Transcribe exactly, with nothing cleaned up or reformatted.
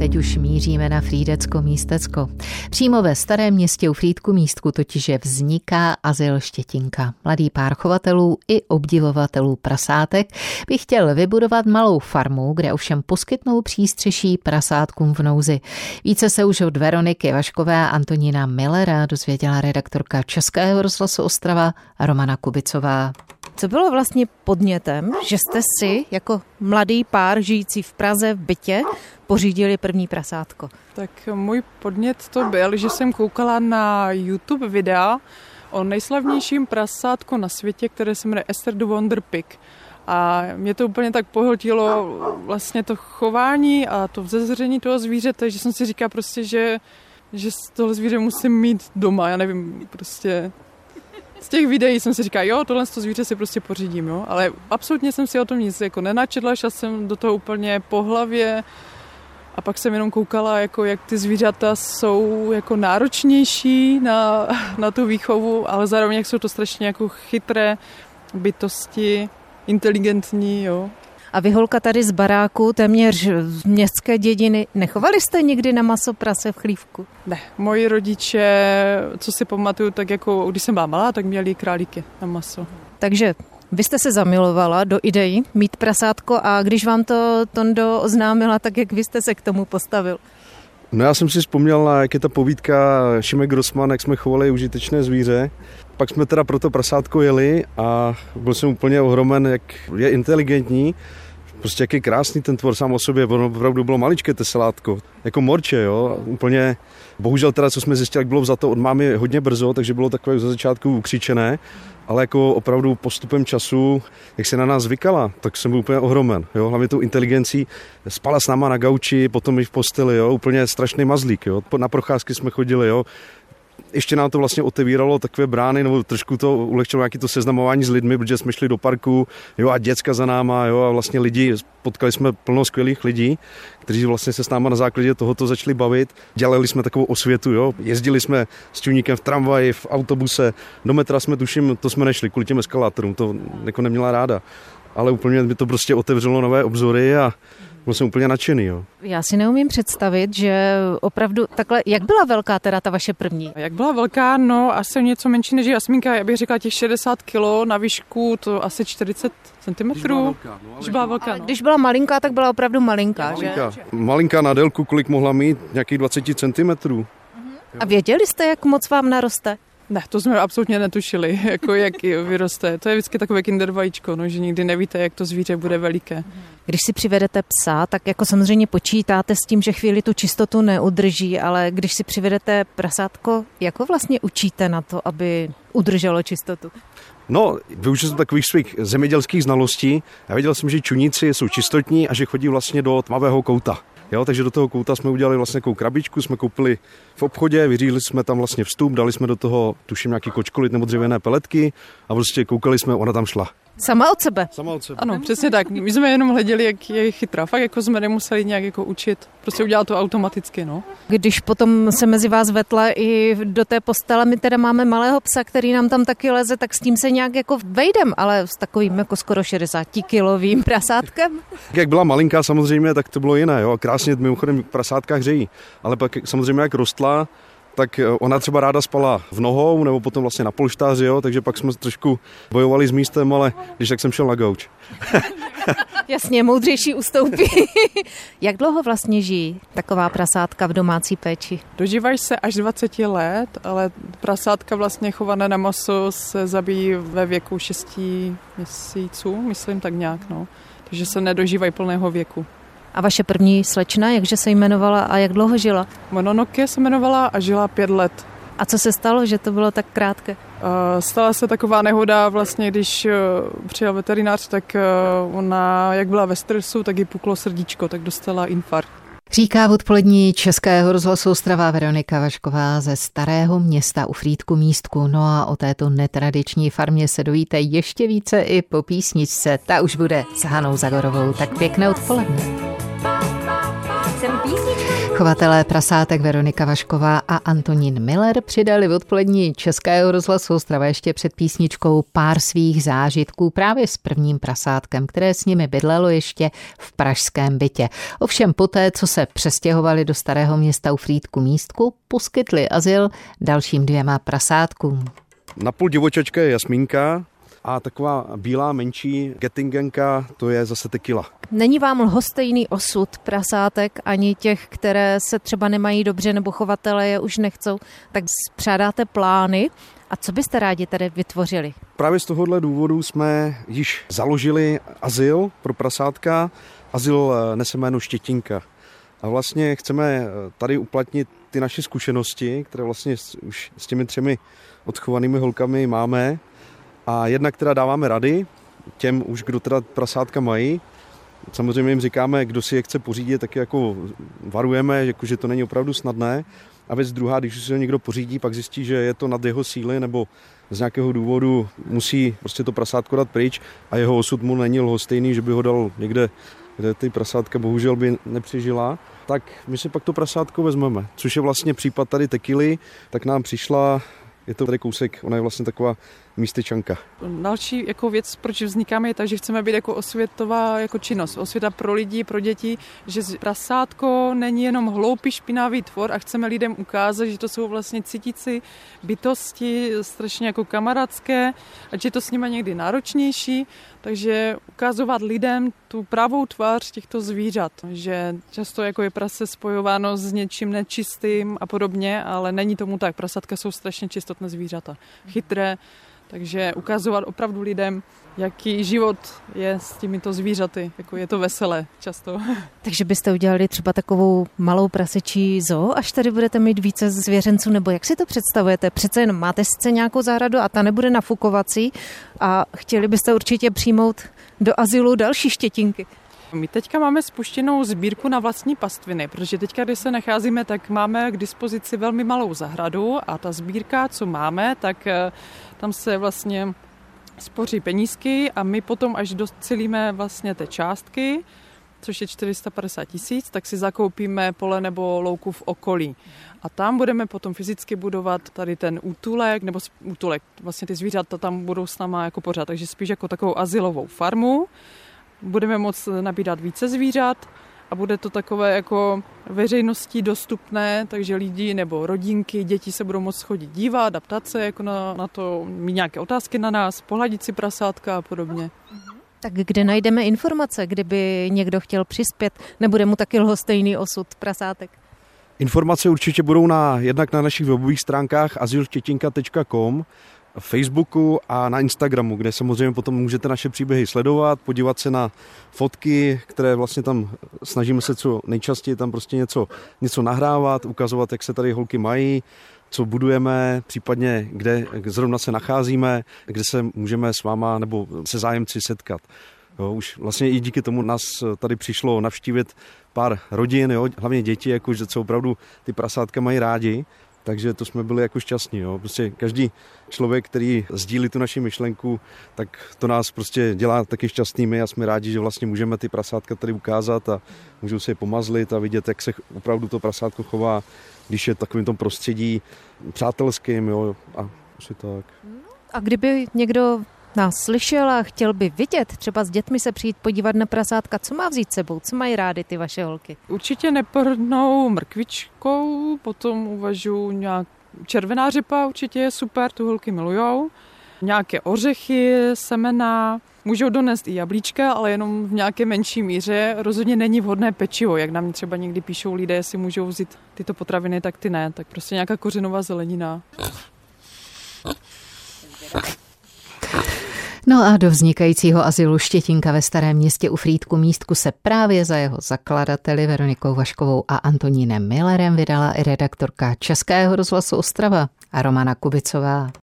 teď už míříme na Frýdecko místecko. Přímo ve Starém Městě u Frýdku místku totiž vzniká azyl Štětinka. Mladý pár chovatelů i obdivovatelů prasátek by chtěl vybudovat malou farmu, kde ovšem poskytnou přístřeší prasátkům v nouzi. Více se už od Veroniky Vaškové a Antonína Millera dozvěděla redaktorka Českého rozhlasu Ostrava Romana Kubicová. Co bylo vlastně podnětem, že jste si jako mladý pár žijící v Praze v bytě pořídili první prasátko? Tak můj podnět to byl, že jsem koukala na YouTube videa o nejslavnějším prasátku na světě, které se jmenuje Esther the Wonder Pig. A mě to úplně tak pohltilo vlastně to chování a to vzezření toho zvířete, že jsem si říkala prostě, že, že tohle zvíře musím mít doma, já nevím, prostě... Z těch videí jsem si říkala, jo, tohle zvíře si prostě pořídím, jo, ale absolutně jsem si o tom nic jako nenačetla, šla jsem do toho úplně po hlavě a pak jsem jenom koukala, jako jak ty zvířata jsou jako náročnější na, na tu výchovu, ale zároveň jak jsou to strašně jako chytré bytosti, inteligentní, jo. A vy, holka, tady z baráku, téměř z městské dědiny, nechovali jste nikdy na maso prase v chlívku? Ne, moji rodiče, co si pamatuju, tak jako když jsem byla malá, tak měli králíky na maso. Takže vy jste se zamilovala do ideí mít prasátko a když vám to Tondo oznámila, tak jak vy jste se k tomu postavil? No já jsem si vzpomněl, na jak je ta povídka Šimek Grossman, jak jsme chovali užitečné zvíře. Pak jsme teda pro to prasátko jeli a byl jsem úplně ohromen, jak je inteligentní. Prostě jak je krásný ten tvor sám o sobě, ono opravdu bylo maličké teselátko, jako morče, jo, úplně, bohužel teda, co jsme zjistili, jak bylo vzato od mámy hodně brzo, takže bylo takové za začátku ukřičené, ale jako opravdu postupem času, jak se na nás zvykala, tak jsem byl úplně ohromen, jo, hlavně tou inteligencí, spala s náma na gauči, potom i v posteli, jo, úplně strašný mazlík, jo, na procházky jsme chodili, jo. Ještě nám to vlastně otevíralo takové brány, nebo trošku to ulehčilo nějaké to seznamování s lidmi, protože jsme šli do parku, jo, a děcka za náma, jo, a vlastně lidi, potkali jsme plno skvělých lidí, kteří vlastně se s náma na základě tohoto začali bavit. Dělali jsme takovou osvětu, jo, jezdili jsme s čuníkem v tramvaji, v autobuse, do metra jsme tuším, to jsme nešli kvůli těm eskalátorům, to jako neměla ráda, ale úplně mi to prostě otevřelo nové obzory a byl jsem úplně nadšený, jo. Já si neumím představit, že opravdu takhle, jak byla velká teda ta vaše první? Jak byla velká, no asi něco menší než Jasmínka, já bych řekla těch šedesát kilo na výšku, to asi čtyřicet centimetrů. Když byla velká, no. Když byla malinká, tak byla opravdu malinká, malinká. že? Malinká na délku, kolik mohla mít? Nějakých dvacet centimetrů. A věděli jste, jak moc vám naroste? Ne, to jsme absolutně netušili, jako jak vyroste. To je vždycky takové kinder vajíčko, no, že nikdy nevíte, jak to zvíře bude veliké. Když si přivedete psa, tak jako samozřejmě počítáte s tím, že chvíli tu čistotu neudrží, ale když si přivedete prasátko, jak ho vlastně učíte na to, aby udrželo čistotu? No, využil jsem takových svých zemědělských znalostí. Já věděl jsem, že čuníci jsou čistotní a že chodí vlastně do tmavého kouta. Jo, takže do toho kouta jsme udělali vlastně takovou krabičku, jsme koupili v obchodě, vyřídili jsme tam vlastně vstup, dali jsme do toho, tuším, nějaký kočkolit nebo dřevěné peletky a prostě koukali jsme, ona tam šla. Sama od sebe? Sama od sebe. Ano, přesně tak. My jsme jenom hleděli, jak je chytrá. Fakt jako jsme nemuseli nějak jako učit. Prostě udělat to automaticky, no. Když potom se mezi vás vetla i do té postele, my teda máme malého psa, který nám tam taky leze, tak s tím se nějak jako vejdem, ale s takovým jako skoro šedesátikilovým prasátkem. Jak byla malinká samozřejmě, tak to bylo jiné, jo. Krásně mimochodem prasátka hřejí, ale pak samozřejmě jak rostla, tak ona třeba ráda spala v nohou nebo potom vlastně na polštáři, jo, takže pak jsme trošku bojovali s místem, ale když tak jsem šel na gauč. Jasně, moudřejší ustoupí. Jak dlouho vlastně žijí taková prasátka v domácí péči? Dožívají se až dvacet let, ale prasátka vlastně chované na maso se zabíjí ve věku šesti měsíců, myslím tak nějak, no. Takže se nedožívají plného věku. A vaše první slečna, jakže se jmenovala a jak dlouho žila? Mononoke se jmenovala a žila pět let. A co se stalo, že to bylo tak krátké? Uh, stala se taková nehoda, vlastně když uh, přijel veterinář, tak uh, ona, jak byla ve stresu, tak jí puklo srdíčko, tak dostala infarkt. Říká v odpolední Českého rozhlasu Ostrava Veronika Vašková ze Starého Města u Frýdku místku. No a o této netradiční farmě se dovíte ještě více i po písničce. Ta už bude s Hanou Zagorovou. Tak pěkné odpoledne. Chovatelé prasátek Veronika Vašková a Antonín Miller přidali v odpolední Českého rozhlasu Ostrava ještě před písničkou pár svých zážitků právě s prvním prasátkem, které s nimi bydlelo ještě v pražském bytě. Ovšem poté, co se přestěhovali do Starého Města u Frýdku Místku, poskytli azyl dalším dvěma prasátkům. Napůl divočačka je Jasmínka a taková bílá menší Gettingenka, to je zase Tequila. Není vám lhostejný osud prasátek ani těch, které se třeba nemají dobře nebo chovatele je už nechcou, tak spřádáte plány. A co byste rádi tady vytvořili? Právě z tohohle důvodu jsme již založili azyl pro prasátka. Azyl nese jméno Štětinka. A vlastně chceme tady uplatnit ty naše zkušenosti, které vlastně už s těmi třemi odchovanými holkami máme. A jedna, která dáváme rady těm už, kdo teda prasátka mají. Samozřejmě jim říkáme, kdo si je chce pořídit, taky jako varujeme, jako, že to není opravdu snadné. A věc druhá, když si ho někdo pořídí, pak zjistí, že je to nad jeho síly nebo z nějakého důvodu musí prostě to prasátko dát pryč a jeho osud mu není lhostejný, že by ho dal někde, kde ty prasátka bohužel by nepřežila, tak my si pak to prasátko vezmeme. Což je vlastně případ tady Tequily, tak nám přišla, je to tady kousek, ona je vlastně taková místečanka. Další jako věc, proč vznikáme, je tak, že chceme být jako osvětová jako činnost. Osvěta pro lidi, pro děti, že prasátko není jenom hloupý, špinavý tvor a chceme lidem ukázat, že to jsou vlastně cítící bytosti, strašně jako kamarádské, ať je to s nimi někdy náročnější, takže ukazovat lidem tu pravou tvář těchto zvířat, že často jako je prase spojováno s něčím nečistým a podobně, ale není tomu tak. Prasátka jsou strašně čistotné zvířata, chytré, takže ukazovat opravdu lidem, jaký život je s těmito zvířaty. Jako je to veselé často. Takže byste udělali třeba takovou malou prasečí zoo, až tady budete mít více zvěřenců, nebo jak si to představujete? Přece jenom máte sice nějakou zahradu a ta nebude nafukovací a chtěli byste určitě přijmout do azylu další štětinky. My teďka máme spuštěnou sbírku na vlastní pastviny, protože teďka, když se nacházíme, tak máme k dispozici velmi malou zahradu a ta sbírka, co máme, tak tam se vlastně spoří penízky a my potom, až docelíme vlastně té částky, což je čtyři sta padesát tisíc, tak si zakoupíme pole nebo louku v okolí. A tam budeme potom fyzicky budovat tady ten útulek, nebo útulek, vlastně ty zvířata tam budou s náma jako pořád, takže spíš jako takovou azylovou farmu. Budeme moct nabídat více zvířat a bude to takové jako veřejností dostupné, takže lidi nebo rodinky, děti se budou moct chodit dívat a ptát se jako na, na to, mít nějaké otázky na nás, pohladit si prasátka a podobně. Tak kde najdeme informace, kdyby někdo chtěl přispět, nebude mu taky lhostejný osud prasátek? Informace určitě budou na, jednak na našich webových stránkách azyl štětinka tečka com, Facebooku a na Instagramu, kde samozřejmě potom můžete naše příběhy sledovat, podívat se na fotky, které vlastně tam snažíme se co nejčastěji tam prostě něco, něco nahrávat, ukazovat, jak se tady holky mají, co budujeme, případně kde zrovna se nacházíme, kde se můžeme s váma nebo se zájemci setkat. Jo, už vlastně i díky tomu nás tady přišlo navštívit pár rodin, jo, hlavně děti, jako, že co opravdu ty prasátka mají rádi. Takže to jsme byli jako šťastní. Jo. Prostě každý člověk, který sdílí tu naši myšlenku, tak to nás prostě dělá taky šťastnými a jsme rádi, že vlastně můžeme ty prasátka tady ukázat a můžou se je pomazlit a vidět, jak se opravdu to prasátko chová, když je takovým tom prostředí přátelským. Jo. A asi tak. A kdyby někdo nás slyšel a chtěl by vidět, třeba s dětmi se přijít podívat na prasátka, co má vzít sebou, co mají rády ty vaše holky? Určitě nepohrdnou mrkvičkou, potom uvažuji nějak červená řepa, určitě je super, tu holky milujou. Nějaké ořechy, semena, můžou donést i jablíčka, ale jenom v nějaké menší míře. Rozhodně není vhodné pečivo, jak nám třeba někdy píšou lidé, jestli můžou vzít tyto potraviny, tak ty ne. Tak prostě nějaká kořenová zelenina. No a do vznikajícího azylu Štětinka ve Starém Městě u Frýdku Místku se právě za jeho zakladateli Veronikou Vaškovou a Antonínem Millerem vydala i redaktorka Českého rozhlasu Ostrava a Romana Kubicová.